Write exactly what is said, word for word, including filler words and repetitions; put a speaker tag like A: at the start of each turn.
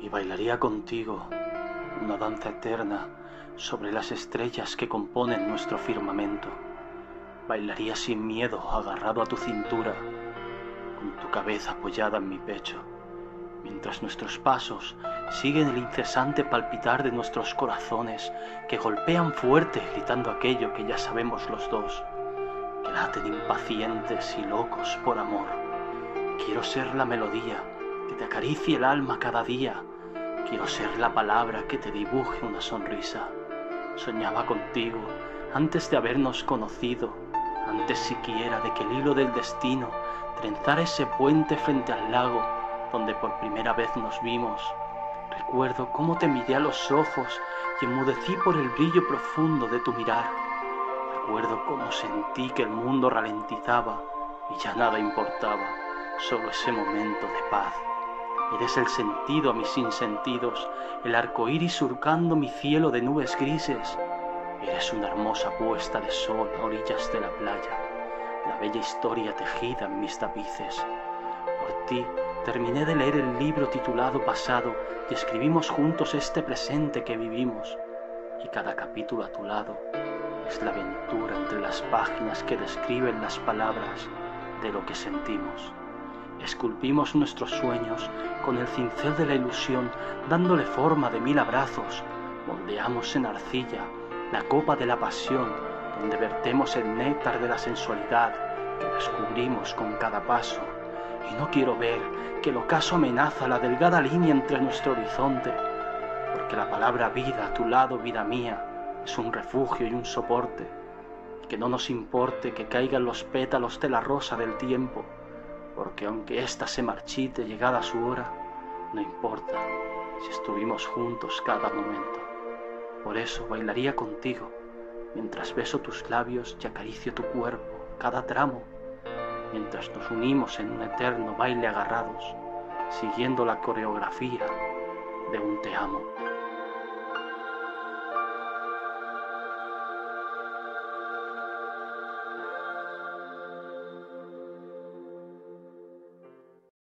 A: y bailaría contigo una danza eterna sobre las estrellas que componen nuestro firmamento. Bailaría sin miedo, agarrado a tu cintura, con tu cabeza apoyada en mi pecho, mientras nuestros pasos siguen el incesante palpitar de nuestros corazones que golpean fuerte gritando aquello que ya sabemos los dos, que laten impacientes y locos por amor. Quiero ser la melodía que te acaricie el alma cada día. Quiero ser la palabra que te dibuje una sonrisa. Soñaba contigo antes de habernos conocido, antes siquiera de que el hilo del destino trenzara ese puente frente al lago donde por primera vez nos vimos. Recuerdo cómo te miré a los ojos y enmudecí por el brillo profundo de tu mirar. Recuerdo cómo sentí que el mundo ralentizaba y ya nada importaba, solo ese momento de paz. Eres el sentido a mis sinsentidos, el arco iris surcando mi cielo de nubes grises. Eres una hermosa puesta de sol a orillas de la playa, la bella historia tejida en mis tapices. Por ti terminé de leer el libro titulado Pasado y escribimos juntos este presente que vivimos. Y cada capítulo a tu lado es la aventura entre las páginas que describen las palabras de lo que sentimos. Esculpimos nuestros sueños con el cincel de la ilusión, dándole forma de mil abrazos. Moldeamos en arcilla la copa de la pasión, donde vertemos el néctar de la sensualidad que descubrimos con cada paso. Y no quiero ver que el ocaso amenaza la delgada línea entre nuestro horizonte, porque la palabra vida a tu lado, vida mía, es un refugio y un soporte. Y que no nos importe que caigan los pétalos de la rosa del tiempo, porque aunque ésta se marchite llegada su hora, no importa si estuvimos juntos cada momento. Por eso bailaría contigo, mientras beso tus labios y acaricio tu cuerpo, cada tramo, mientras nos unimos en un eterno baile agarrados, siguiendo la coreografía de un te amo.